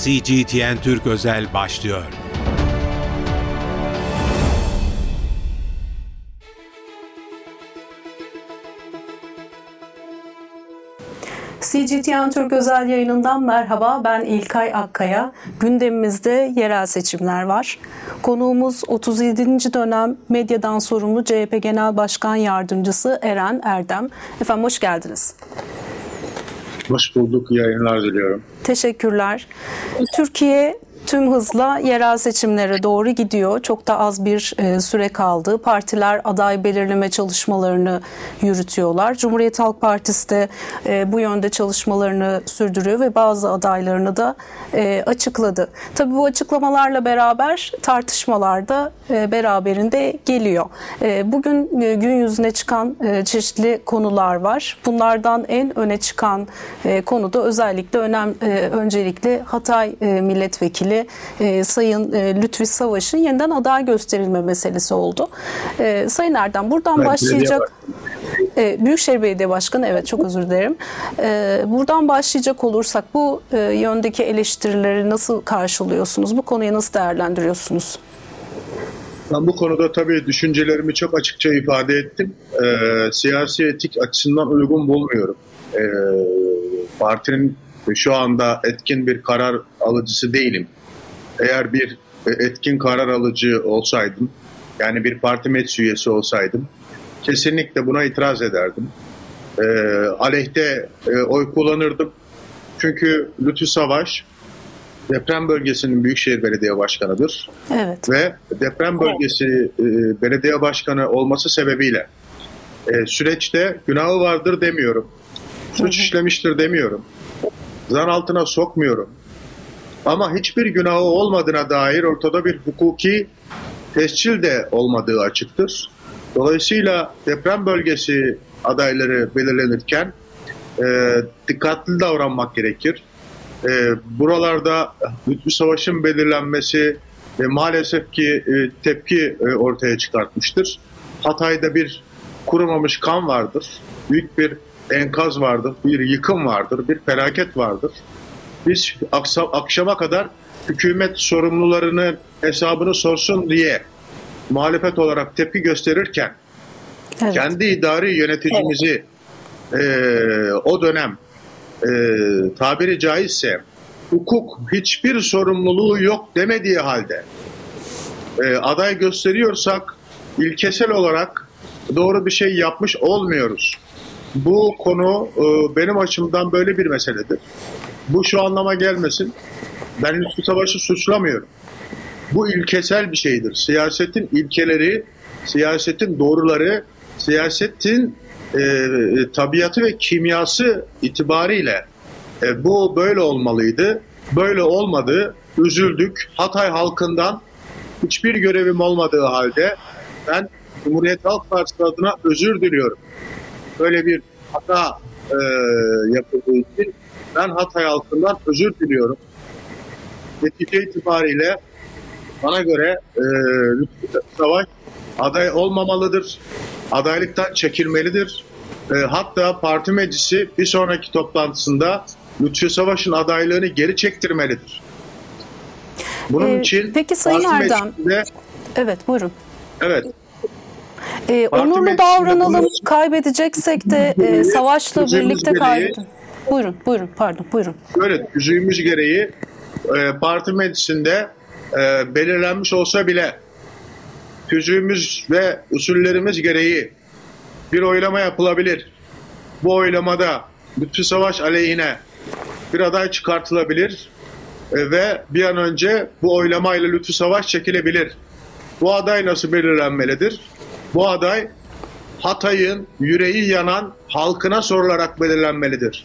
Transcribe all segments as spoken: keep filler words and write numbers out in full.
C G T N Türk Özel başlıyor. C G T N Türk Özel yayınından merhaba, ben İlkay Akkaya. Gündemimizde yerel seçimler var. Konuğumuz otuz yedinci dönem medyadan sorumlu C H P Genel Başkan Yardımcısı Eren Erdem. Efendim hoş geldiniz. Hoş bulduk, iyi yayınlar diliyorum. Teşekkürler. Türkiye tüm hızla yerel seçimlere doğru gidiyor. Çok da az bir e, süre kaldı. Partiler aday belirleme çalışmalarını yürütüyorlar. Cumhuriyet Halk Partisi de e, bu yönde çalışmalarını sürdürüyor ve bazı adaylarını da e, açıkladı. Tabii bu açıklamalarla beraber tartışmalar da e, beraberinde geliyor. E, bugün e, gün yüzüne çıkan e, çeşitli konular var. Bunlardan en öne çıkan e, konu da özellikle önem e, öncelikle Hatay e, Milletvekili E, Sayın e, Lütfi Savaş'ın yeniden aday gösterilme meselesi oldu. E, Sayın Erdem buradan evet, başlayacak. E, Büyükşehir Belediye Başkanı, evet çok özür dilerim. E, buradan başlayacak olursak bu e, yöndeki eleştirileri nasıl karşılıyorsunuz? Bu konuyu nasıl değerlendiriyorsunuz? Ben bu konuda tabii düşüncelerimi çok açıkça ifade ettim. E, siyasi etik açısından uygun bulmuyorum. E, partinin şu anda etkin bir karar alıcısı değilim. Eğer bir etkin karar alıcı olsaydım, yani bir parti meclis üyesi olsaydım, kesinlikle buna itiraz ederdim. E, aleyhte e, oy kullanırdım. Çünkü Lütfi Savaş deprem bölgesinin Büyükşehir Belediye Başkanı'dır. Evet. Ve deprem bölgesi e, belediye başkanı olması sebebiyle e, süreçte günahı vardır demiyorum. Suç işlemiştir demiyorum. Zan altına sokmuyorum. Ama hiçbir günahı olmadığına dair ortada bir hukuki tescil de olmadığı açıktır. Dolayısıyla deprem bölgesi adayları belirlenirken e, dikkatli davranmak gerekir. E, buralarda Lütfi Savaş'ın belirlenmesi e, maalesef ki e, tepki e, ortaya çıkartmıştır. Hatay'da bir kurumamış kan vardır. Büyük bir enkaz vardır, bir yıkım vardır, bir felaket vardır. Biz akşama kadar hükümet sorumlularının hesabını sorsun diye muhalefet olarak tepki gösterirken evet. kendi idari yöneticimizi evet. e, o dönem e, tabiri caizse hukuk hiçbir sorumluluğu yok demediği halde e, aday gösteriyorsak ilkesel olarak doğru bir şey yapmış olmuyoruz. Bu konu e, benim açımdan böyle bir meseledir. Bu şu anlama gelmesin. Ben Lütfi Savaş'ı suçlamıyorum. Bu ilkesel bir şeydir. Siyasetin ilkeleri, siyasetin doğruları, siyasetin e, tabiatı ve kimyası itibariyle e, bu böyle olmalıydı. Böyle olmadı. Üzüldük. Hatay halkından hiçbir görevim olmadığı halde ben Cumhuriyet Halk Partisi adına özür diliyorum. Böyle bir hata e, yapıldığı için ben Hatay halkından özür diliyorum. Netice itibariyle bana göre e, Lütfi Savaş aday olmamalıdır. Adaylıktan çekilmelidir. E, hatta parti meclisi bir sonraki toplantısında Lütfi Savaş'ın adaylığını geri çektirmelidir. Bunun ee, için peki Sayın Erdem. Evet buyurun. Evet. Ee, onurlu davranalım, bunu, kaybedeceksek de e, Savaş'la birlikte kaybedelim. Buyurun, buyurun, pardon, buyurun. Böyle tüzüğümüz gereği e, parti meclisinde e, belirlenmiş olsa bile tüzüğümüz ve usullerimiz gereği bir oylama yapılabilir. Bu oylamada Lütfi Savaş aleyhine bir aday çıkartılabilir e, ve bir an önce bu oylamayla Lütfi Savaş çekilebilir. Bu aday nasıl belirlenmelidir? Bu aday Hatay'ın yüreği yanan halkına sorularak belirlenmelidir.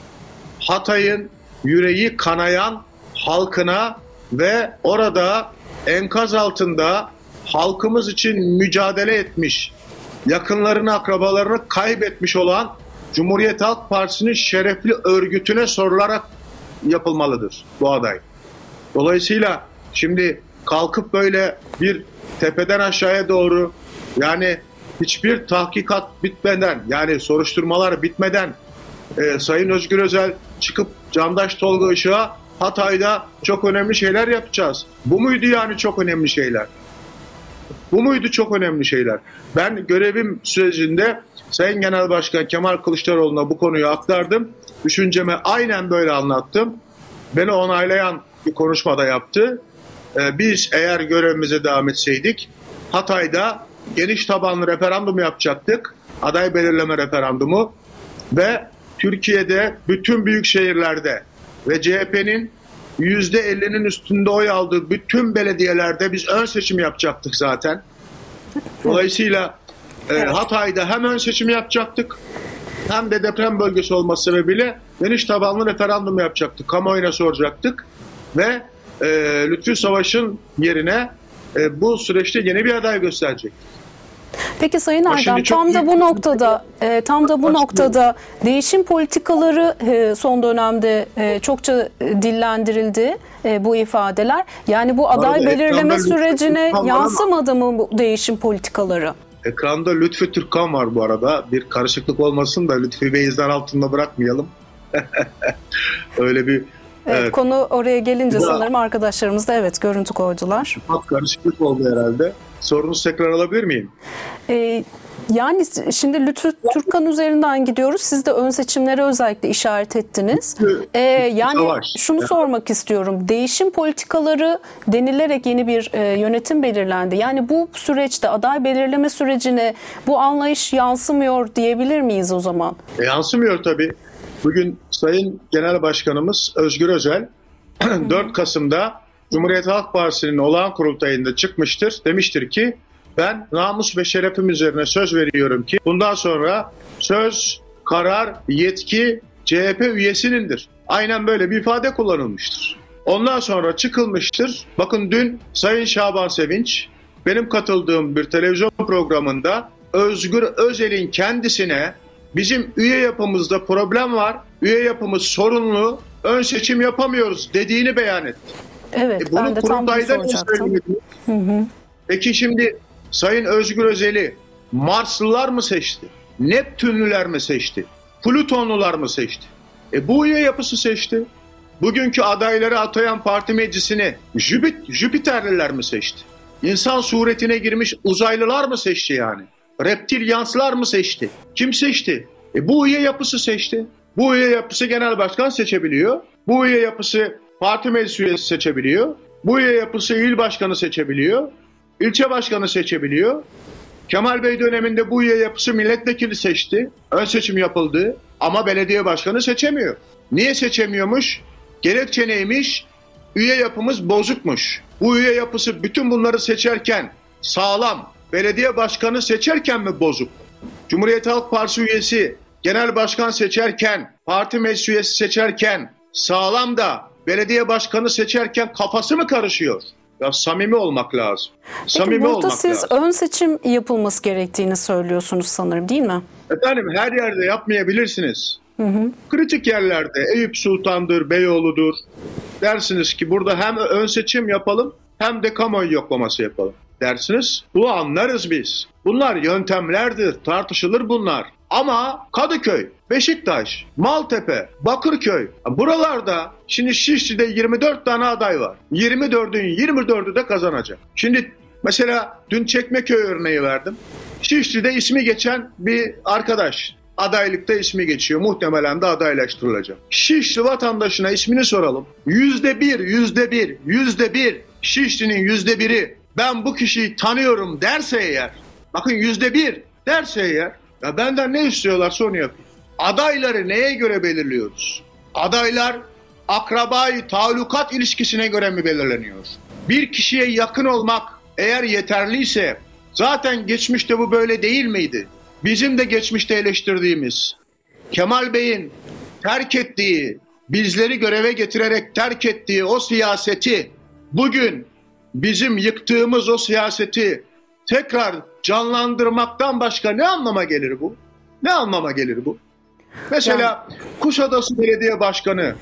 Hatay'ın yüreği kanayan halkına ve orada enkaz altında halkımız için mücadele etmiş, yakınlarını, akrabalarını kaybetmiş olan Cumhuriyet Halk Partisi'nin şerefli örgütüne sorularak yapılmalıdır bu aday. Dolayısıyla şimdi kalkıp böyle bir tepeden aşağıya doğru, yani hiçbir tahkikat bitmeden, yani soruşturmalar bitmeden e, Sayın Özgür Özel çıkıp Candaş Tolga Işık'a Hatay'da çok önemli şeyler yapacağız. Bu muydu yani çok önemli şeyler? Bu muydu çok önemli şeyler? Ben görevim sürecinde Sayın Genel Başkan Kemal Kılıçdaroğlu'na bu konuyu aktardım. Düşüncemi aynen böyle anlattım. Beni onaylayan bir konuşmada yaptı. Ee, biz eğer görevimize devam etseydik Hatay'da geniş tabanlı referandum yapacaktık. Aday belirleme referandumu ve Türkiye'de bütün büyük şehirlerde ve C H P'nin yüzde ellinin üstünde oy aldığı bütün belediyelerde biz ön seçim yapacaktık zaten. Dolayısıyla e, Hatay'da hem ön seçim yapacaktık hem de deprem bölgesi olması sebebiyle geniş tabanlı referandum yapacaktık. Kamuoyuna soracaktık ve e, Lütfü Savaş'ın yerine e, bu süreçte yeni bir aday gösterecektik. Peki Sayın Ama Erdem, şimdi çok tam da büyük bu bir- noktada e, tam da bu Başlıyor. noktada değişim politikaları e, son dönemde e, çokça e, dillendirildi e, bu ifadeler. Yani bu aday arada belirleme ekranda sürecine lütfen var ama- yansımadı mı bu değişim politikaları? Ekranda Lütfü Türkkan var bu arada. Bir karışıklık olmasın da Lütfü Bey'i zan altında bırakmayalım. Öyle bir Evet, evet, konu oraya gelince Ya- sanırım arkadaşlarımız da evet görüntü koydular. karışıklık oldu herhalde. Sorunuzu tekrar alabilir miyim? Ee, yani şimdi Lütfü Türkkan üzerinden gidiyoruz. Siz de ön seçimlere özellikle işaret ettiniz. Lütfü- Ee, yani Savaş. şunu Evet. sormak istiyorum. Değişim politikaları denilerek yeni bir e, yönetim belirlendi. Yani bu süreçte aday belirleme sürecine bu anlayış yansımıyor diyebilir miyiz o zaman? E, yansımıyor tabii. Bugün Sayın Genel Başkanımız Özgür Özel dört Kasım'da Cumhuriyet Halk Partisi'nin olağan kurultayında çıkmıştır. Demiştir ki ben namus ve şerefim üzerine söz veriyorum ki bundan sonra söz, karar, yetki C H P üyesinindir. Aynen böyle bir ifade kullanılmıştır. Ondan sonra çıkılmıştır. Bakın dün Sayın Şaban Sevinç benim katıldığım bir televizyon programında Özgür Özel'in kendisine bizim üye yapımızda problem var, üye yapımız sorunlu, ön seçim yapamıyoruz dediğini beyan etti. Evet, E bunu ben de tam bunu kurultayda niye soracaktım. söylemediniz? Peki şimdi Sayın Özgür Özel'i Marslılar mı seçti? Neptünlüler mi seçti? Plütonlular mı seçti? E bu üye yapısı seçti. Bugünkü adayları atayan parti meclisini Jüpit, Jüpiterliler mi seçti? İnsan suretine girmiş uzaylılar mı seçti yani? Reptilyanslar mı seçti? Kim seçti? E bu üye yapısı seçti. Bu üye yapısı genel başkan seçebiliyor. Bu üye yapısı parti meclis üyesi seçebiliyor. Bu üye yapısı il başkanı seçebiliyor. İlçe başkanı seçebiliyor. Kemal Bey döneminde bu üye yapısı milletvekili seçti. Ön seçim yapıldı ama belediye başkanı seçemiyor. Niye seçemiyormuş? Gerekçe neymiş? Üye yapımız bozukmuş. Bu üye yapısı bütün bunları seçerken sağlam, belediye başkanı seçerken mi bozuk? Cumhuriyet Halk Partisi üyesi genel başkan seçerken, parti meclis üyesi seçerken sağlam da belediye başkanı seçerken kafası mı karışıyor? Ya samimi olmak lazım. Peki Samimi burada olmak siz lazım. ön seçim yapılması gerektiğini söylüyorsunuz sanırım, değil mi? Efendim her yerde yapmayabilirsiniz. Hı hı. Kritik yerlerde Eyüp Sultan'dır, Beyoğlu'dur. Dersiniz ki burada hem ön seçim yapalım hem de kamuoyu yoklaması yapalım dersiniz. Bunu anlarız biz. Bunlar yöntemlerdir, tartışılır bunlar. Ama Kadıköy, Beşiktaş, Maltepe, Bakırköy buralarda şimdi Şişli'de yirmi dört tane aday var. yirmi dördün yirmi dördü de kazanacak. Şimdi mesela dün Çekmeköy örneği verdim. Şişli'de ismi geçen bir arkadaş adaylıkta ismi geçiyor. Muhtemelen de adaylaştırılacak. Şişli vatandaşına ismini soralım. Yüzde bir, yüzde bir, yüzde bir Şişli'nin yüzde biri ben bu kişiyi tanıyorum derse eğer, bakın yüzde bir derse eğer, ya benden ne istiyorlarsa onu yapayım. Adayları neye göre belirliyoruz? Adaylar akrabayı talukat ilişkisine göre mi belirleniyor? Bir kişiye yakın olmak eğer yeterliyse, zaten geçmişte bu böyle değil miydi? Bizim de geçmişte eleştirdiğimiz, Kemal Bey'in terk ettiği, bizleri göreve getirerek terk ettiği o siyaseti, bugün bizim yıktığımız o siyaseti tekrar canlandırmaktan başka ne anlama gelir bu? Ne anlama gelir bu? Mesela Kuşadası Belediye Başkanı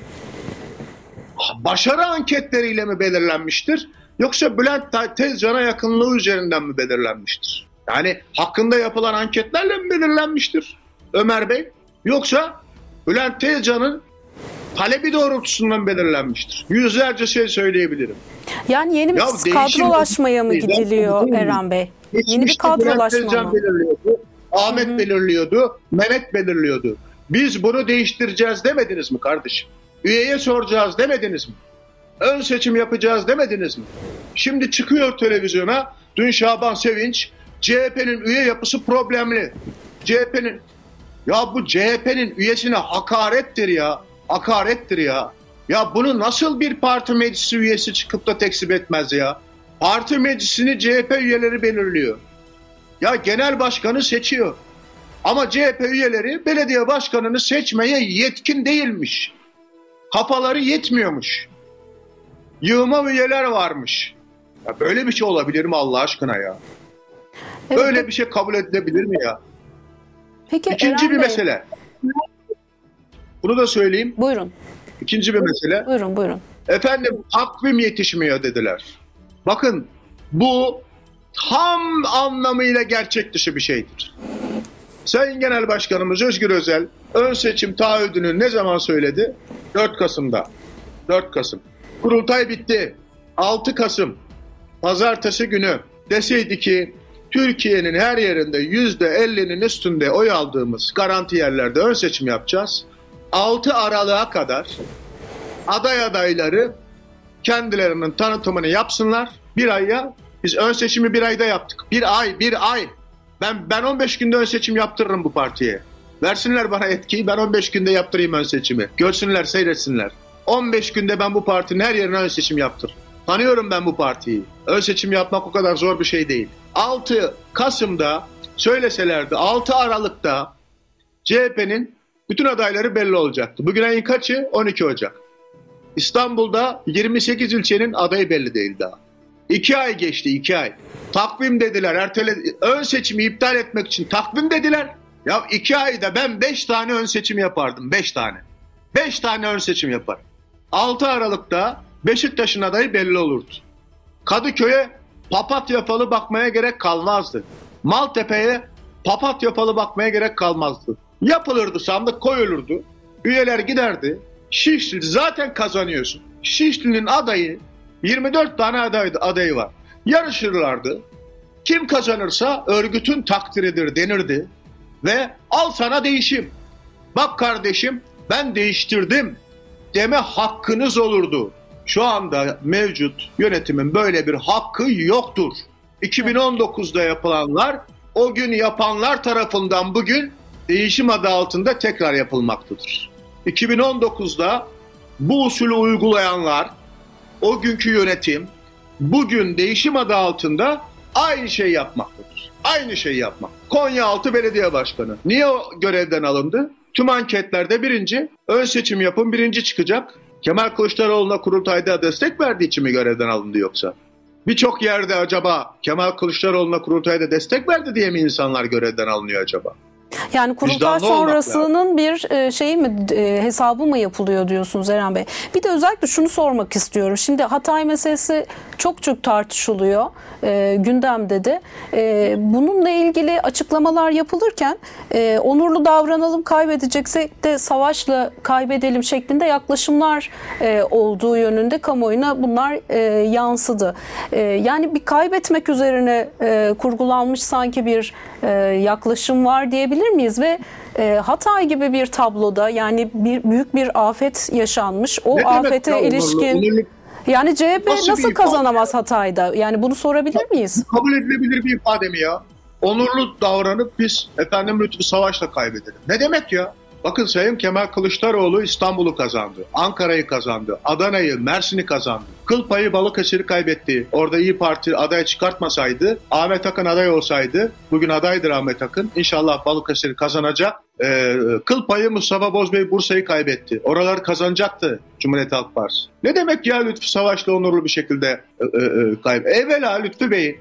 başarı anketleriyle mi belirlenmiştir? Yoksa Bülent Tezcan'a yakınlığı üzerinden mi belirlenmiştir? Yani hakkında yapılan anketlerle mi belirlenmiştir Ömer Bey? Yoksa Bülent Tezcan'ın talebi doğrultusundan belirlenmiştir. Yüzlerce şey söyleyebilirim. Yani yeni bir Ya kadrolaşmaya mı gidiliyor Eren Bey? Yeni bir kadrolaşma mı? Belirliyordu, Ahmet Hı-hı. belirliyordu, Mehmet belirliyordu. Biz bunu değiştireceğiz demediniz mi kardeşim? Üyeye soracağız demediniz mi? Ön seçim yapacağız demediniz mi? Şimdi çıkıyor televizyona, dün Şaban Sevinç, C H P'nin üye yapısı problemli. C H P'nin, ya bu C H P'nin üyesine hakarettir ya, hakarettir ya. Ya bunu nasıl bir parti meclisi üyesi çıkıp da tekzip etmez ya? Parti meclisini C H P üyeleri belirliyor. Ya genel başkanı seçiyor. Ama C H P üyeleri belediye başkanını seçmeye yetkin değilmiş. Kafaları yetmiyormuş. Yığma üyeler varmış. Ya böyle bir şey olabilir mi Allah aşkına ya? Evet. Böyle bir şey kabul edilebilir mi ya? Peki, İkinci Eren bir Bey. mesele. Bunu da söyleyeyim. Buyurun. İkinci bir mesele. Buyurun, buyurun. Efendim takvim yetişmiyor dediler. Bakın bu tam anlamıyla gerçek dışı bir şeydir. Sayın Genel Başkanımız Özgür Özel ön seçim taahhüdünü ne zaman söyledi? dört Kasım'da. dört Kasım. Kurultay bitti. altı Kasım. Pazartesi günü deseydi ki Türkiye'nin her yerinde yüzde ellinin üstünde oy aldığımız garanti yerlerde ön seçim yapacağız. altı Aralık'a kadar aday adayları kendilerinin tanıtımını yapsınlar. Bir aya, biz ön seçimi bir ayda yaptık. Bir ay, bir ay. Ben ben on beş günde ön seçim yaptırırım bu partiye. Versinler bana etkiyi, ben on beş günde yaptırayım ön seçimi. Görsünler, seyretsinler. on beş günde ben bu partinin her yerine ön seçim yaptır. Tanıyorum ben bu partiyi. Ön seçim yapmak o kadar zor bir şey değil. altı Kasım'da söyleselerdi, altı Aralık'ta C H P'nin bütün adayları belli olacaktı. Bugün ayın kaçı? on iki Ocak. İstanbul'da yirmi sekiz ilçenin adayı belli değil daha. İki ay geçti, iki ay. Takvim dediler, ertele, ön seçimi iptal etmek için takvim dediler. Ya iki ayda ben beş tane ön seçim yapardım, beş tane. Beş tane ön seçim yaparım. altı Aralık'ta Beşiktaş'ın adayı belli olurdu. Kadıköy'e papatya falı bakmaya gerek kalmazdı. Maltepe'ye papatya falı bakmaya gerek kalmazdı. Yapılırdı, sandık koyulurdu. Üyeler giderdi. Şişli zaten kazanıyorsun. Şişli'nin adayı yirmi dört tane aday, adayı var. Yarışırlardı. Kim kazanırsa örgütün takdiridir denirdi. Ve al sana değişim. Bak kardeşim ben değiştirdim deme hakkınız olurdu. Şu anda mevcut yönetimin böyle bir hakkı yoktur. iki bin on dokuzda yapılanlar o gün yapanlar tarafından bugün değişim adı altında tekrar yapılmaktadır. iki bin on dokuzda bu usulü uygulayanlar, o günkü yönetim bugün değişim adı altında aynı şey yapmaktadır. Aynı şey yapmak. Konyaaltı Belediye Başkanı. Niye o görevden alındı? Tüm anketlerde birinci, ön seçim yapın birinci çıkacak. Kemal Kılıçdaroğlu'na kurultayda destek verdiği için mi görevden alındı yoksa? Birçok yerde acaba Kemal Kılıçdaroğlu'na kurultayda destek verdi diye mi insanlar görevden alınıyor acaba? Yani kurultay sonrasının bir e, şey mi e, hesabı mı yapılıyor diyorsunuz Eren Bey? Bir de özellikle şunu sormak istiyorum. Şimdi Hatay meselesi çok çok tartışılıyor e, gündemde de. E, bununla ilgili açıklamalar yapılırken e, onurlu davranalım, kaybedeceksek de savaşla kaybedelim şeklinde yaklaşımlar e, olduğu yönünde kamuoyuna bunlar e, yansıdı. E, yani bir kaybetmek üzerine e, kurgulanmış sanki bir e, yaklaşım var diyebilir miyiz ve e, Hatay gibi bir tabloda yani bir büyük bir afet yaşanmış. O ne afete ya, ilişkin onurlu, yani C H P nasıl, nasıl kazanamaz Hatay'da? Yani bunu sorabilir miyiz? Kabul edilebilir bir ifade mi ya? Onurlu davranıp biz efendim lütfü savaşla kaybedelim. Ne demek ya? Bakın Sayın Kemal Kılıçdaroğlu İstanbul'u kazandı, Ankara'yı kazandı, Adana'yı, Mersin'i kazandı. Kıl payı Balıkesir'i kaybetti. Orada İYİ Parti aday çıkartmasaydı, Ahmet Akın aday olsaydı, bugün adaydır Ahmet Akın, İnşallah Balıkesir'i kazanacak. Ee, kıl payı Mustafa Bozbey Bursa'yı kaybetti. Oralar kazanacaktı Cumhuriyet Halk Partisi. Ne demek ya Lütfü Savaş'la onurlu bir şekilde e, e, kaybetti? Evvela Lütfü Bey'in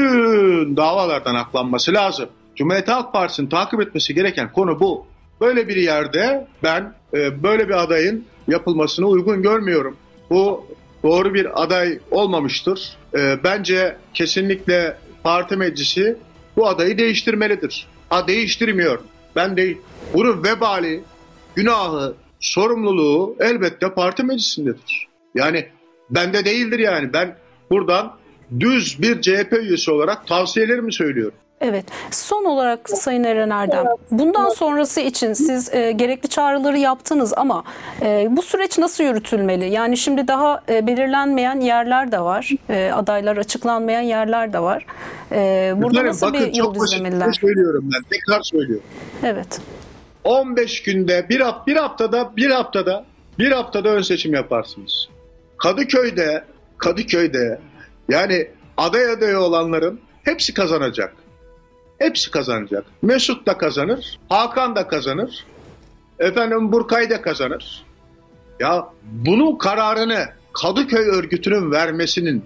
bütün davalardan aklanması lazım. Cumhuriyet Halk Partisi'nin takip etmesi gereken konu bu. Böyle bir yerde ben e, böyle bir adayın yapılmasını uygun görmüyorum. Bu doğru bir aday olmamıştır. E, bence kesinlikle parti meclisi bu adayı değiştirmelidir. Ha değiştirmiyor. Ben değil. Bunun vebali, günahı sorumluluğu elbette parti meclisindedir. Yani bende değildir yani. Ben buradan düz bir C H P üyesi olarak tavsiyelerimi söylüyorum. Evet. Son olarak Sayın Eren Erdem, bundan sonrası için siz e, gerekli çağrıları yaptınız ama e, bu süreç nasıl yürütülmeli? Yani şimdi daha e, belirlenmeyen yerler de var. E, adaylar açıklanmayan yerler de var. E, burada Efendim, nasıl bakın, bir yol çok basit izlemeliler? söylüyorum ben. Tekrar söylüyorum. Evet. on beş günde, bir, bir haftada, bir haftada, bir haftada ön seçim yaparsınız. Kadıköy'de, Kadıköy'de yani aday adayı olanların hepsi kazanacak. Hepsi kazanacak. Mesut da kazanır, Hakan da kazanır, efendim Burkay da kazanır. Ya bunun kararını Kadıköy örgütünün vermesinin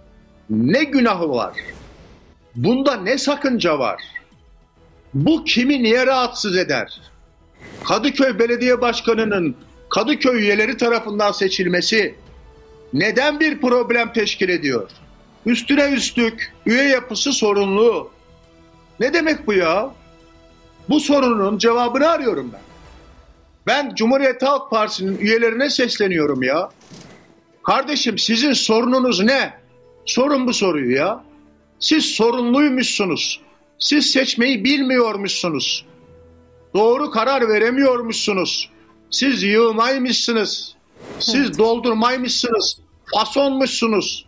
ne günahı var? Bunda ne sakınca var? Bu kimi niye rahatsız eder? Kadıköy Belediye Başkanı'nın Kadıköy üyeleri tarafından seçilmesi neden bir problem teşkil ediyor? Üstüne üstlük üye yapısı sorunlu. Ne demek bu ya? Bu sorunun cevabını arıyorum ben. Ben Cumhuriyet Halk Partisi'nin üyelerine sesleniyorum ya. Kardeşim sizin sorununuz ne? Sorun bu soruyu ya. Siz sorunluymuşsunuz. Siz seçmeyi bilmiyormuşsunuz. Doğru karar veremiyormuşsunuz. Siz yığmaymışsınız. Siz evet. doldurmaymışsınız. Fasonmuşsunuz.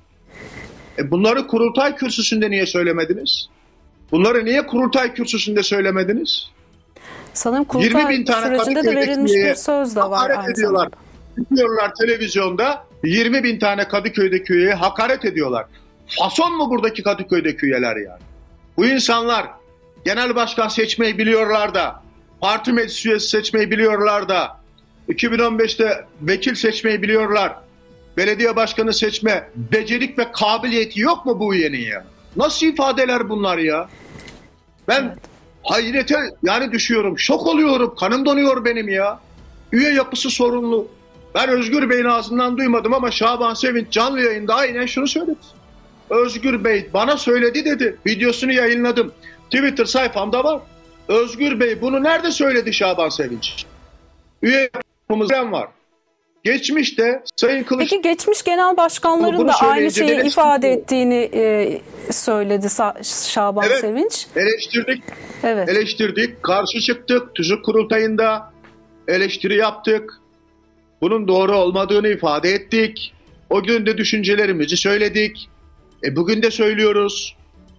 E bunları kurultay kürsüsünde niye söylemediniz? Bunları niye kurultay kürsüsünde söylemediniz? Sanırım kurultay sürecinde de verilmiş bir söz de var aynı ediyorlar. Diyorlar televizyonda yirmi bin tane Kadıköy'deki üyeye hakaret ediyorlar. Fason mu buradaki Kadıköy'deki üyeler yani? Bu insanlar genel başkan seçmeyi biliyorlar da, parti meclis üyesi seçmeyi biliyorlar da, iki bin on beşte vekil seçmeyi biliyorlar. Belediye başkanı seçme becerik ve kabiliyeti yok mu bu üyenin ya? Nasıl ifadeler bunlar ya? Ben evet. hayrete yani düşüyorum, şok oluyorum, kanım donuyor benim ya. Üye yapısı sorunlu. Ben Özgür Bey'in ağzından duymadım ama Şaban Sevinç canlı yayında aynen şunu söyledi. Özgür Bey bana söyledi dedi. Videosunu yayınladım. Twitter sayfamda var. Özgür Bey bunu nerede söyledi Şaban Sevinç? Üye yapımızdan var. Geçmişte Sayın Kılıç... Peki geçmiş genel başkanların da aynı şeyi ifade ettiğini e, söyledi Şaban evet, Sevinç. Eleştirdik. Evet. Eleştirdik. Karşı çıktık. Tüzük kurultayında eleştiri yaptık. Bunun doğru olmadığını ifade ettik. O gün de düşüncelerimizi söyledik. E bugün de söylüyoruz.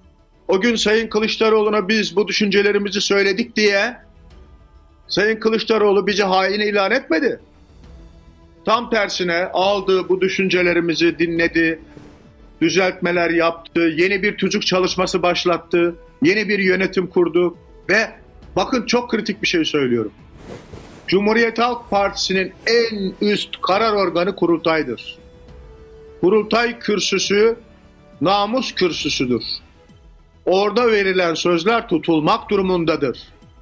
O gün Sayın Kılıçdaroğlu'na biz bu düşüncelerimizi söyledik diye Sayın Kılıçdaroğlu bizi hain ilan etmedi. Tam tersine aldı bu düşüncelerimizi dinledi, düzeltmeler yaptı, yeni bir tüzük çalışması başlattı, yeni bir yönetim kurdu ve bakın çok kritik bir şey söylüyorum. Cumhuriyet Halk Partisi'nin en üst karar organı kurultaydır. Kurultay kürsüsü namus kürsüsüdür. Orada verilen sözler tutulmak durumundadır.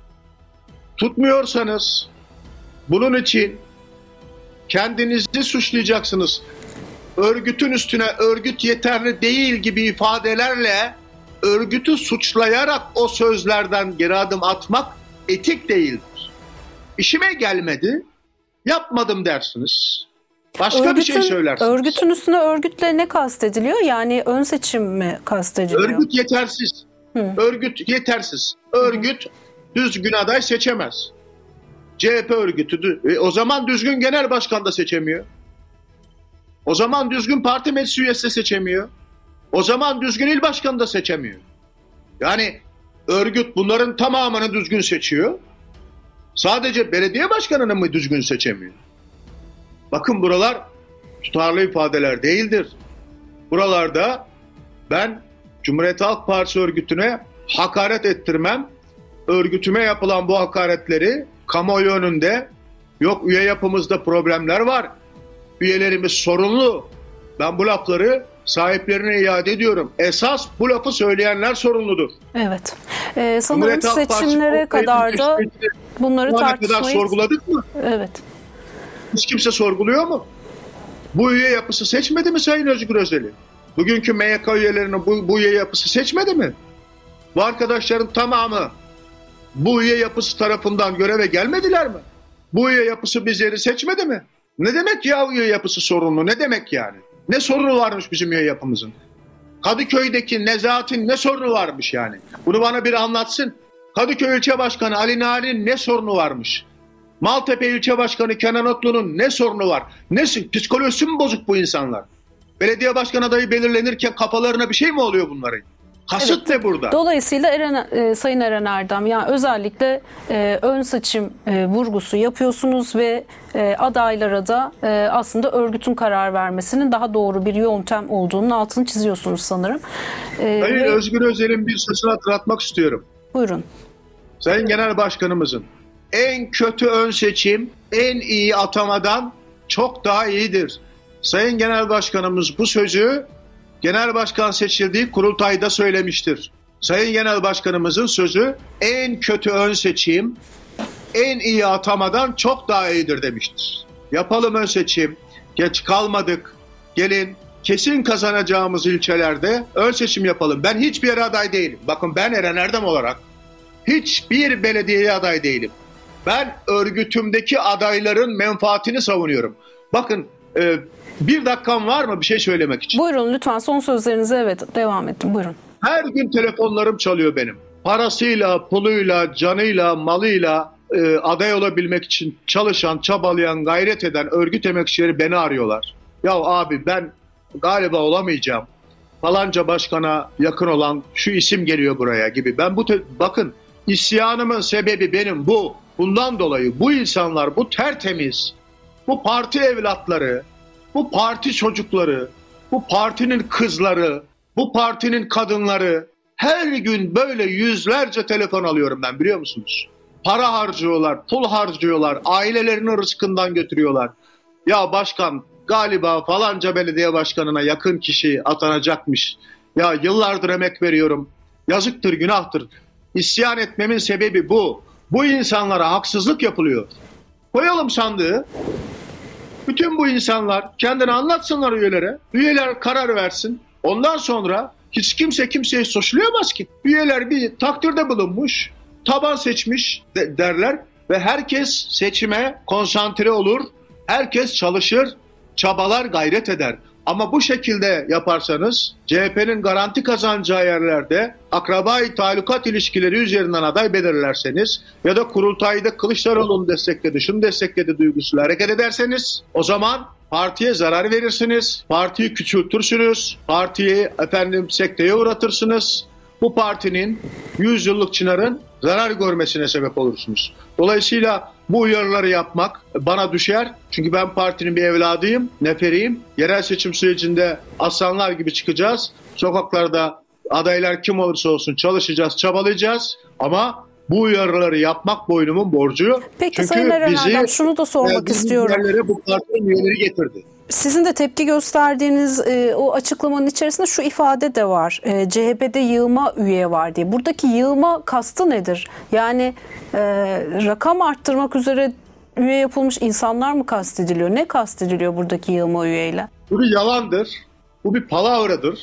Tutmuyorsanız bunun için kendinizi suçlayacaksınız. Örgütün üstüne örgüt yeterli değil gibi ifadelerle örgütü suçlayarak o sözlerden geri adım atmak etik değildir. İşime gelmedi, yapmadım dersiniz. Başka örgütün, bir şey söylersiniz. Örgütün üstüne örgütle ne kastediliyor? Yani ön seçim mi kastediliyor? Örgüt yetersiz. Hı. Örgüt yetersiz. Örgüt Hı. düzgün aday seçemez. C H P örgütü. E, o zaman düzgün genel başkan da seçemiyor. O zaman düzgün parti meclis üyesi de seçemiyor. O zaman düzgün il başkanı da seçemiyor. Yani örgüt bunların tamamını düzgün seçiyor. Sadece belediye başkanını mı düzgün seçemiyor? Bakın buralar tutarlı ifadeler değildir. Buralarda ben Cumhuriyet Halk Partisi örgütüne hakaret ettirmem. Örgütüme yapılan bu hakaretleri kamuoyu önünde, yok üye yapımızda problemler var, üyelerimiz sorunlu. Ben bu lafları sahiplerine iade ediyorum. Esas bu lafı söyleyenler sorumludur. Evet. Ee, sanırım seçimlere kadar da bunları tartışmayı... kadar sorguladık mı? Evet. Hiç kimse sorguluyor mu? Bu üye yapısı seçmedi mi Sayın Özgür Özel'i? Bugünkü M Y K üyelerinin bu, bu üye yapısı seçmedi mi? Bu arkadaşların tamamı bu üye yapısı tarafından göreve gelmediler mi? Bu üye yapısı bizleri seçmedi mi? Ne demek ya üye yapısı sorunlu? Ne demek yani? Ne sorunu varmış bizim üye yapımızın? Kadıköy'deki Nezahat'in ne sorunu varmış yani? Bunu bana bir anlatsın. Kadıköy İlçe Başkanı Ali Narin'in ne sorunu varmış? Maltepe İlçe Başkanı Kenan Otlu'nun ne sorunu var? Ne psikolojisi mi bozuk bu insanlar? Belediye başkan adayı belirlenirken kafalarına bir şey mi oluyor bunların? Kasıt Evet. ne burada? Dolayısıyla Eren, e, Sayın Eren Erdem, yani özellikle e, ön seçim e, vurgusu yapıyorsunuz ve e, adaylara da e, aslında örgütün karar vermesinin daha doğru bir yöntem olduğunun altını çiziyorsunuz sanırım. E, Sayın ve... Özgür Özel'in bir sözünü hatırlatmak istiyorum. Buyurun. Sayın Genel Başkanımızın en kötü ön seçim en iyi atamadan çok daha iyidir. Sayın Genel Başkanımız bu sözü Genel Başkan seçildiği kurultayda söylemiştir. Sayın Genel Başkanımızın sözü en kötü ön seçim en iyi atamadan çok daha iyidir demiştir. Yapalım ön seçim. Geç kalmadık. Gelin kesin kazanacağımız ilçelerde ön seçim yapalım. Ben hiçbir yere aday değilim. Bakın ben Eren Erdem olarak hiçbir belediyeye aday değilim. Ben örgütümdeki adayların menfaatini savunuyorum. Bakın e, bir dakikam var mı bir şey söylemek için? Buyurun lütfen, son sözlerinize evet devam edin. Buyurun. Her gün telefonlarım çalıyor benim. Parasıyla, puluyla, canıyla, malıyla e, aday olabilmek için çalışan, çabalayan, gayret eden örgüt emekçileri beni arıyorlar. Ya abi ben galiba olamayacağım. Falanca başkana yakın olan şu isim geliyor buraya gibi. Ben bu te- bakın isyanımın sebebi benim bu. Bundan dolayı bu insanlar, bu tertemiz, bu parti evlatları, bu parti çocukları, bu partinin kızları, bu partinin kadınları her gün böyle yüzlerce telefon alıyorum ben, biliyor musunuz? Para harcıyorlar, pul harcıyorlar, ailelerinin rızkından götürüyorlar. Ya başkan galiba falanca belediye başkanına yakın kişi atanacakmış. Ya yıllardır emek veriyorum. Yazıktır, günahtır. İsyan etmemin sebebi bu. Bu insanlara haksızlık yapılıyor. Koyalım sandığı. Bütün bu insanlar kendini anlatsınlar üyelere. Üyeler karar versin. Ondan sonra hiç kimse kimseyi suçlayamaz ki. Üyeler bir takdirde bulunmuş, taban seçmiş de derler ve herkes seçime konsantre olur. Herkes çalışır, çabalar, gayret eder. Ama bu şekilde yaparsanız C H P'nin garanti kazanacağı yerlerde akraba-i talukat ilişkileri üzerinden aday belirlerseniz ya da kurultayda Kılıçdaroğlu'nu destekledi, şunu destekledi duygusuyla hareket ederseniz o zaman partiye zarar verirsiniz, partiyi küçültürsünüz, partiyi efendim sekteye uğratırsınız. Bu partinin yüz yıllık çınarın zarar görmesine sebep olursunuz. Dolayısıyla bu uyarıları yapmak bana düşer. Çünkü ben partinin bir evladıyım, neferiyim. Yerel seçim sürecinde aslanlar gibi çıkacağız. Sokaklarda adaylar kim olursa olsun çalışacağız, çabalayacağız. Ama bu uyarıları yapmak boynumun borcu. Peki Çünkü Sayın Eren bizi, Erdem, şunu da sormak bizi istiyorum. yerlere bu partinin üyeleri getirdi. Sizin de tepki gösterdiğiniz e, o açıklamanın içerisinde şu ifade de var. E, C H P'de yığma üye var diye. Buradaki yığma kastı nedir? Yani e, rakam arttırmak üzere üye yapılmış insanlar mı kastediliyor? Ne kastediliyor buradaki yığma üyeyle? Bu bir yalandır. Bu bir palavradır.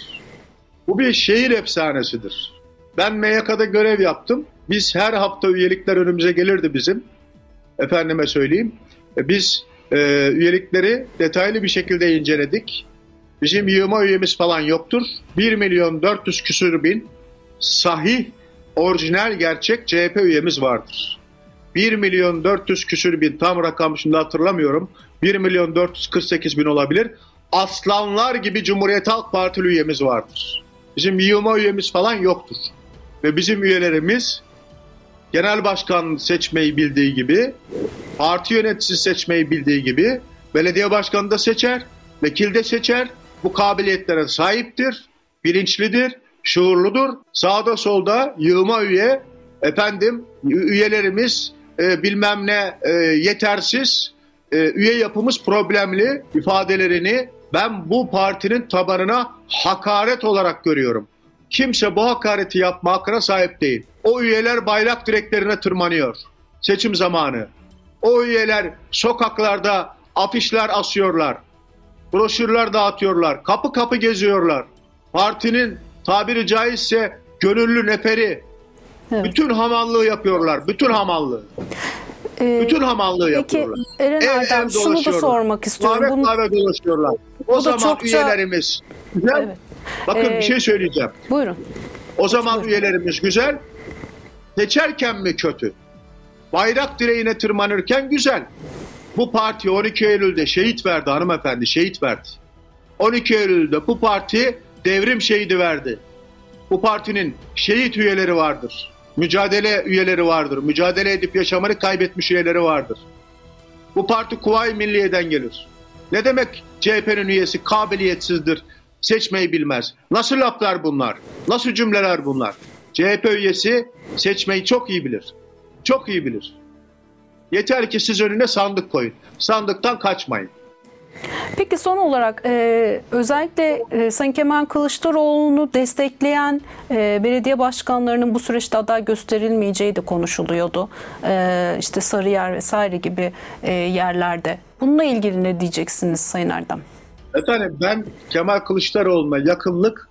Bu bir şehir efsanesidir. Ben M Y K'da görev yaptım. Biz her hafta üyelikler önümüze gelirdi bizim. Efendime söyleyeyim. Biz e, üyelikleri detaylı bir şekilde inceledik. Bizim yığma üyemiz falan yoktur. bir milyon dört yüz küsur bin sahih, orijinal, gerçek C H P üyemiz vardır. bir milyon dört yüz küsur bin, tam rakam şimdi hatırlamıyorum. bir milyon dört yüz kırk sekiz bin olabilir. Aslanlar gibi Cumhuriyet Halk Partili üyemiz vardır. Bizim yığma üyemiz falan yoktur. Ve bizim üyelerimiz genel başkan seçmeyi bildiği gibi, parti yöneticisi seçmeyi bildiği gibi belediye başkanı da seçer, vekil de seçer. Bu kabiliyetlere sahiptir, bilinçlidir, şuurludur. Sağda solda yığma üye, efendim üyelerimiz e, bilmem ne e, yetersiz, e, üye yapımız problemli ifadelerini ben bu partinin tabanına hakaret olarak görüyorum. Kimse bu hakareti yapma hakkına sahip değil. O üyeler bayrak direklerine tırmanıyor seçim zamanı. O üyeler sokaklarda afişler asıyorlar, broşürler dağıtıyorlar, kapı kapı geziyorlar. Partinin tabiri caizse gönüllü neferi, evet. Bütün hamallığı yapıyorlar, bütün hamallığı. Ee, Bütün hamallığı peki, yapıyorlar. Eren Ev Erdem, ev şunu da dolaşıyorlar. sormak istiyorum. Kahve Bunu- kahve dolaşıyorlar. O da zaman çokça- üyelerimiz güzel. Evet. Bakın Ee, bir şey söyleyeceğim. Buyurun. O zaman buyurun. üyelerimiz güzel. Seçerken mi kötü? Bayrak direğine tırmanırken güzel. Bu parti on iki Eylül'de şehit verdi hanımefendi, şehit verdi. on iki Eylül'de bu parti devrim şehidi verdi. Bu partinin şehit üyeleri vardır. Mücadele üyeleri vardır. Mücadele edip yaşamını kaybetmiş üyeleri vardır. Bu parti Kuvayi Milliye'den gelir. Ne demek C H P'nin üyesi kabiliyetsizdir, seçmeyi bilmez? Nasıl laflar bunlar? Nasıl cümleler bunlar? C H P üyesi seçmeyi çok iyi bilir. Çok iyi bilir. Yeter ki siz önüne sandık koyun. Sandıktan kaçmayın. Peki son olarak e, özellikle e, Sayın Kemal Kılıçdaroğlu'nu destekleyen e, belediye başkanlarının bu süreçte aday gösterilmeyeceği de konuşuluyordu. E, işte Sarıyer vesaire gibi e, yerlerde. Bununla ilgili ne diyeceksiniz Sayın Erdem? Efendim ben Kemal Kılıçdaroğlu'na yakınlık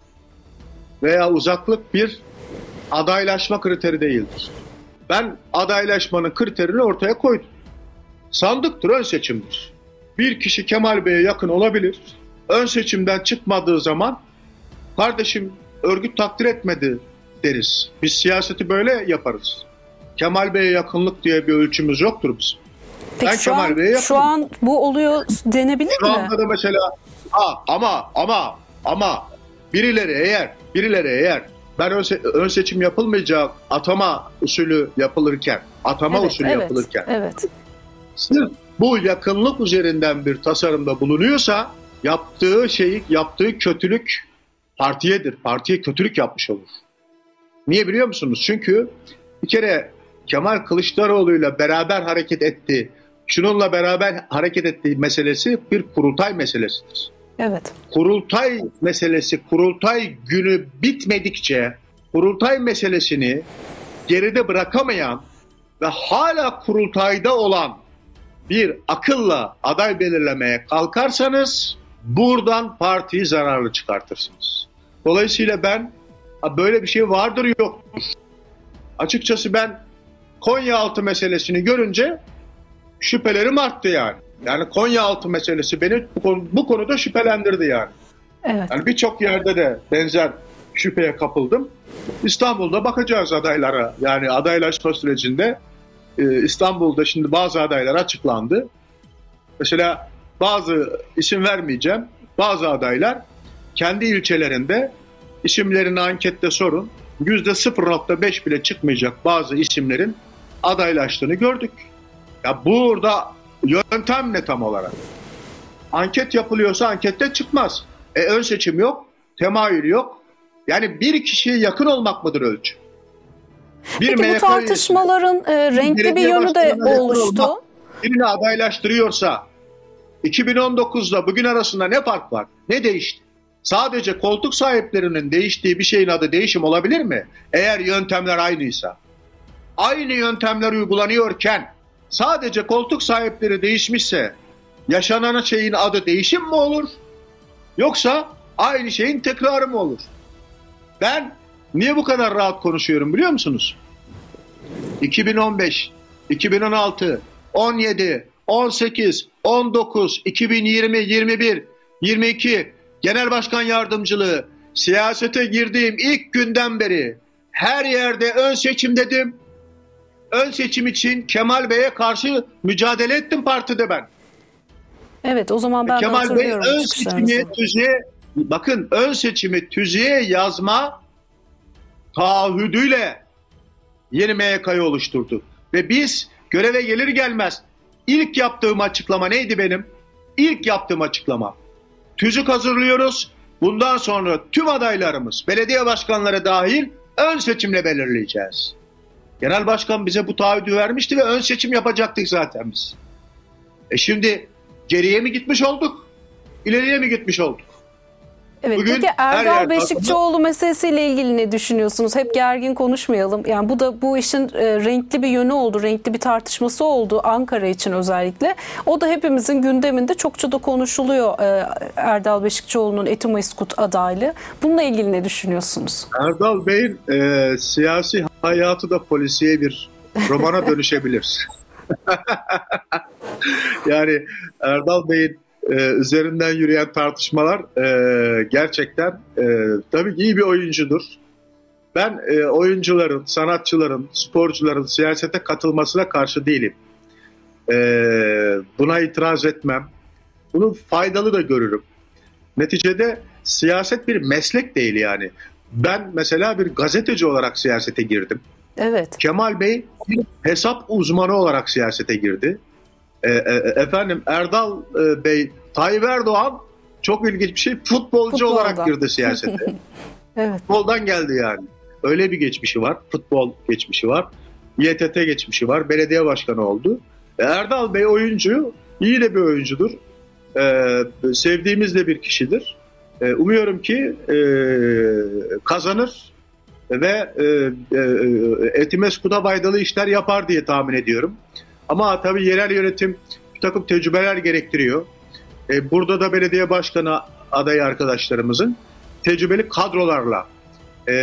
veya uzaklık bir adaylaşma kriteri değildir. Ben adaylaşmanın kriterini ortaya koydum. Sandıktır, ön seçimdir. Bir kişi Kemal Bey'e yakın olabilir. Ön seçimden çıkmadığı zaman kardeşim örgüt takdir etmedi deriz. Biz siyaseti böyle yaparız. Kemal Bey'e yakınlık diye bir ölçümüz yoktur bizim. Peki Ben şu Kemal an, Bey'e yakınım. şu an bu oluyor denebilir Şu mi? anda da mesela ha, ama ama ama birileri eğer birileri eğer ben ön, se- ön seçim yapılmayacak atama usulü yapılırken atama Evet, usulü evet, yapılırken evet. sırf bu yakınlık üzerinden bir tasarımda bulunuyorsa yaptığı şey, yaptığı kötülük partiyedir. Partiye kötülük yapmış olur. Niye biliyor musunuz? Çünkü bir kere Kemal Kılıçdaroğlu'yla beraber hareket etti. Şununla beraber hareket ettiği meselesi bir kurultay meselesidir. Evet. Kurultay meselesi, kurultay günü bitmedikçe kurultay meselesini geride bırakamayan ve hala kurultayda olan bir akılla aday belirlemeye kalkarsanız buradan partiyi zararlı çıkartırsınız. Dolayısıyla ben böyle bir şey vardır yoktur. Açıkçası ben Konyaaltı meselesini görünce şüphelerim arttı yani. Yani Konyaaltı meselesi beni bu, konu, bu konuda şüphelendirdi yani. Evet. Yani birçok yerde de benzer şüpheye kapıldım. İstanbul'da bakacağız adaylara. Yani adaylaşma sürecinde e, İstanbul'da şimdi bazı adaylar açıklandı. Mesela bazı isim vermeyeceğim. Bazı adaylar kendi ilçelerinde isimlerini ankette sorun. yüzde sıfır nokta beş bile çıkmayacak bazı isimlerin adaylaştığını gördük. Ya burada yöntem ne tam olarak? Anket yapılıyorsa ankette çıkmaz. E ön seçim yok, temayül yok. Yani bir kişiye yakın olmak mıdır ölçü? Bir Peki bu M Y K tartışmaların e, renkli bir belediye yönü de başkanına yakın oluştu. olmak, birini adaylaştırıyorsa iki bin on dokuzla bugün arasında ne fark var? Ne değişti? Sadece koltuk sahiplerinin değiştiği bir şeyin adı değişim olabilir mi? Eğer yöntemler aynıysa. Aynı yöntemler uygulanıyorken sadece koltuk sahipleri değişmişse yaşanan şeyin adı değişim mi olur? Yoksa aynı şeyin tekrarı mı olur? Ben niye bu kadar rahat konuşuyorum biliyor musunuz? iki bin on beş, iki bin on altı, on yedi, on sekiz, on dokuz, iki bin yirmi, yirmi bir, yirmi iki genel başkan yardımcılığı siyasete girdiğim ilk günden beri her yerde ön seçim dedim. Ön seçim için Kemal Bey'e karşı mücadele ettim partide ben. Evet, o zaman ben de Kemal Bey hatırlıyorum ön çıkışlarınızı. seçimi tüzüğe bakın ön seçimi tüzüğe yazma taahhüdüyle yeni M Y K'yı oluşturdu. Ve biz göreve gelir gelmez ilk yaptığım açıklama neydi benim? İlk yaptığım açıklama. Tüzük hazırlıyoruz. Bundan sonra tüm adaylarımız, belediye başkanları dahil ön seçimle belirleyeceğiz. Genel başkan bize bu taahhüdü vermişti ve ön seçim yapacaktık zaten biz. E şimdi geriye mi gitmiş olduk? İleriye mi gitmiş olduk? Evet, Bugün peki her Erdal yerde Beşikçioğlu meselesiyle ilgili ne düşünüyorsunuz? Hep gergin konuşmayalım. Yani bu da bu işin e, renkli bir yönü oldu, renkli bir tartışması oldu Ankara için özellikle. O da hepimizin gündeminde çokça da konuşuluyor e, Erdal Beşikçioğlu'nun Etimesgut adaylığı. Bununla ilgili ne düşünüyorsunuz? Erdal Bey'in e, siyasi hayatı da polisiye bir romana dönüşebilir. Yani Erdal Bey'in e, üzerinden yürüyen tartışmalar e, gerçekten e, tabii iyi bir oyuncudur. Ben e, oyuncuların, sanatçıların, sporcuların siyasete katılmasına karşı değilim. E, buna itiraz etmem. Bunu faydalı da görürüm. Neticede siyaset bir meslek değil yani. Ben mesela bir gazeteci olarak siyasete girdim. Evet. Kemal Bey bir hesap uzmanı olarak siyasete girdi. E, e, efendim Erdal e, Bey, Tayyip Erdoğan çok ilginç bir şey, futbolcu Futboldan. olarak girdi siyasete. Evet. Futboldan geldi yani. Öyle bir geçmişi var. Futbol geçmişi var. Y T T geçmişi var. Belediye başkanı oldu. E, Erdal Bey oyuncu. İyi de bir oyuncudur. E, sevdiğimiz de bir kişidir. E, umuyorum ki e, kazanır ve e, e, Etimesgut'a faydalı işler yapar diye tahmin ediyorum. Ama tabii yerel yönetim bir takım tecrübeler gerektiriyor. E, burada da belediye başkanı adayı arkadaşlarımızın tecrübeli kadrolarla e,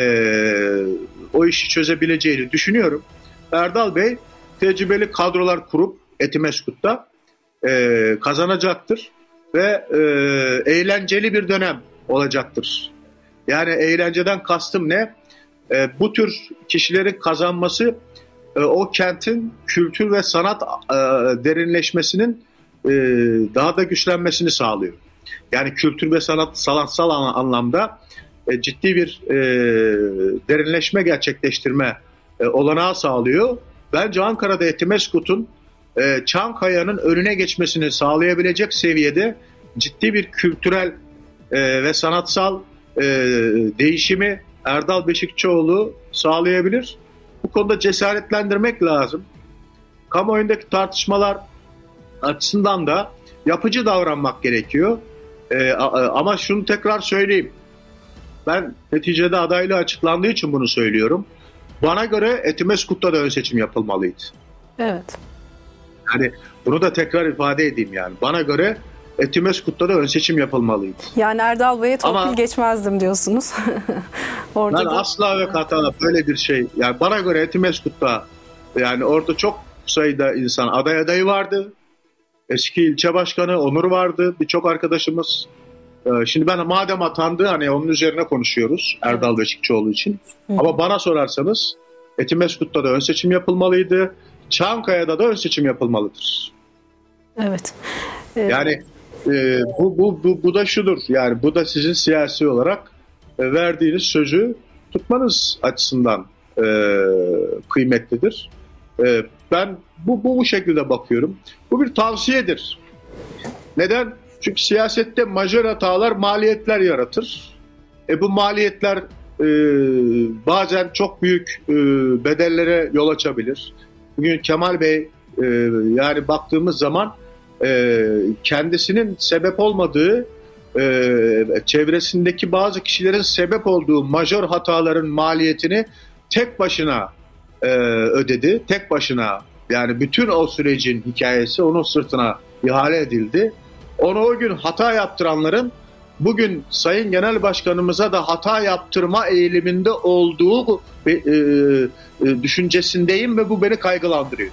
o işi çözebileceğini düşünüyorum. Erdal Bey tecrübeli kadrolar kurup Etimesgut'ta e, kazanacaktır ve e, eğlenceli bir dönem olacaktır. Yani eğlenceden kastım ne? E, bu tür kişilerin kazanması e, o kentin kültür ve sanat e, derinleşmesinin e, daha da güçlenmesini sağlıyor. Yani kültür ve sanat sanatsal anlamda e, ciddi bir e, derinleşme gerçekleştirme e, olanağı sağlıyor. Bence Ankara'da Etimesgut'un e, Çankaya'nın önüne geçmesini sağlayabilecek seviyede ciddi bir kültürel e, ve sanatsal e, değişimi Erdal Beşikçioğlu sağlayabilir. Bu konuda cesaretlendirmek lazım. Kamuoyundaki tartışmalar açısından da yapıcı davranmak gerekiyor. Ee, ama şunu tekrar söyleyeyim. Ben neticede adaylığı açıklandığı için bunu söylüyorum. Bana göre Etimesgut'ta da ön seçim yapılmalıydı. Evet. Yani bunu da tekrar ifade edeyim yani. Bana göre Etimesgut'ta da ön seçim yapılmalıydı. Yani Erdal Bey'e torpil Ama geçmezdim diyorsunuz. Orada ben da... asla ve kata böyle bir şey. Yani bana göre Etimesgut'ta yani orada çok sayıda insan aday adayı vardı. Eski ilçe başkanı Onur vardı. Birçok arkadaşımız. Şimdi ben madem atandı hani onun üzerine konuşuyoruz Erdal Beşikçioğlu için. Hı. Ama bana sorarsanız Etimesgut'ta da ön seçim yapılmalıydı. Çankaya'da da ön seçim yapılmalıdır. Evet. Ee... Yani e, bu, bu, bu, bu da şudur. Yani bu da sizin siyasi olarak e, verdiğiniz sözü tutmanız açısından e, kıymetlidir. E, ben bu, bu bu şekilde bakıyorum. Bu bir tavsiyedir. Neden? Çünkü siyasette majör hatalar maliyetler yaratır. E bu maliyetler e, bazen çok büyük e, bedellere yol açabilir. Bugün Kemal Bey e, yani baktığımız zaman e, kendisinin sebep olmadığı e, çevresindeki bazı kişilerin sebep olduğu majör hataların maliyetini tek başına e, ödedi. Tek başına yani bütün o sürecin hikayesi onun sırtına ihale edildi. Onu o gün hata yaptıranların bugün Sayın Genel Başkanımıza da hata yaptırma eğiliminde olduğu e, e, düşüncesindeyim ve bu beni kaygılandırıyor.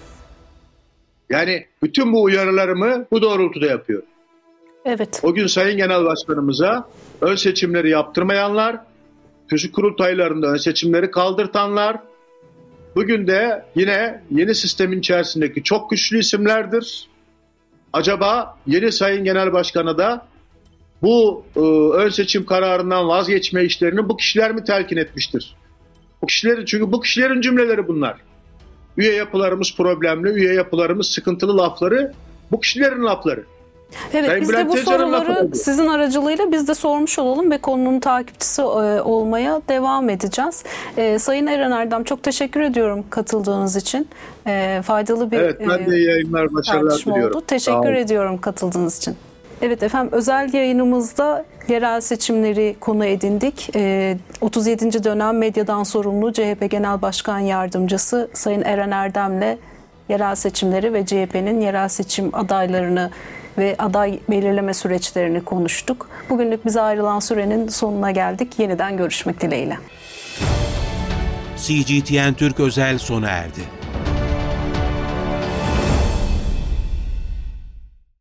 Yani bütün bu uyarılarımı bu doğrultuda yapıyorum. Evet. O gün Sayın Genel Başkanımıza ön seçimleri yaptırmayanlar, küçük kurultaylarında ön seçimleri kaldırtanlar, bugün de yine yeni sistemin içerisindeki çok güçlü isimlerdir. Acaba yeni Sayın Genel Başkanı da bu e, ön seçim kararından vazgeçme işlerini bu kişiler mi telkin etmiştir? Bu kişilerin, çünkü bu kişilerin cümleleri bunlar. Üye yapılarımız problemli, üye yapılarımız sıkıntılı lafları bu kişilerin lafları. Evet, Sayın biz Bülent de bu Tezcan'ın lafı soruları oldu. sizin aracılığıyla biz de sormuş olalım ve konunun takipçisi e, olmaya devam edeceğiz. E, Sayın Eren Erdem, çok teşekkür ediyorum katıldığınız için. E, faydalı bir Evet, ben de yayınlar, başarılar tartışma diliyorum. oldu. Teşekkür ediyorum katıldığınız için. Evet efendim, özel yayınımızda yerel seçimleri konu edindik. E, otuz yedinci dönem medyadan sorumlu C H P Genel Başkan Yardımcısı Sayın Eren Erdem'le yerel seçimleri ve C H P'nin yerel seçim adaylarını ve aday belirleme süreçlerini konuştuk. Bugünlük bize ayrılan sürenin sonuna geldik. Yeniden görüşmek dileğiyle. C G T N Türk özel sona erdi.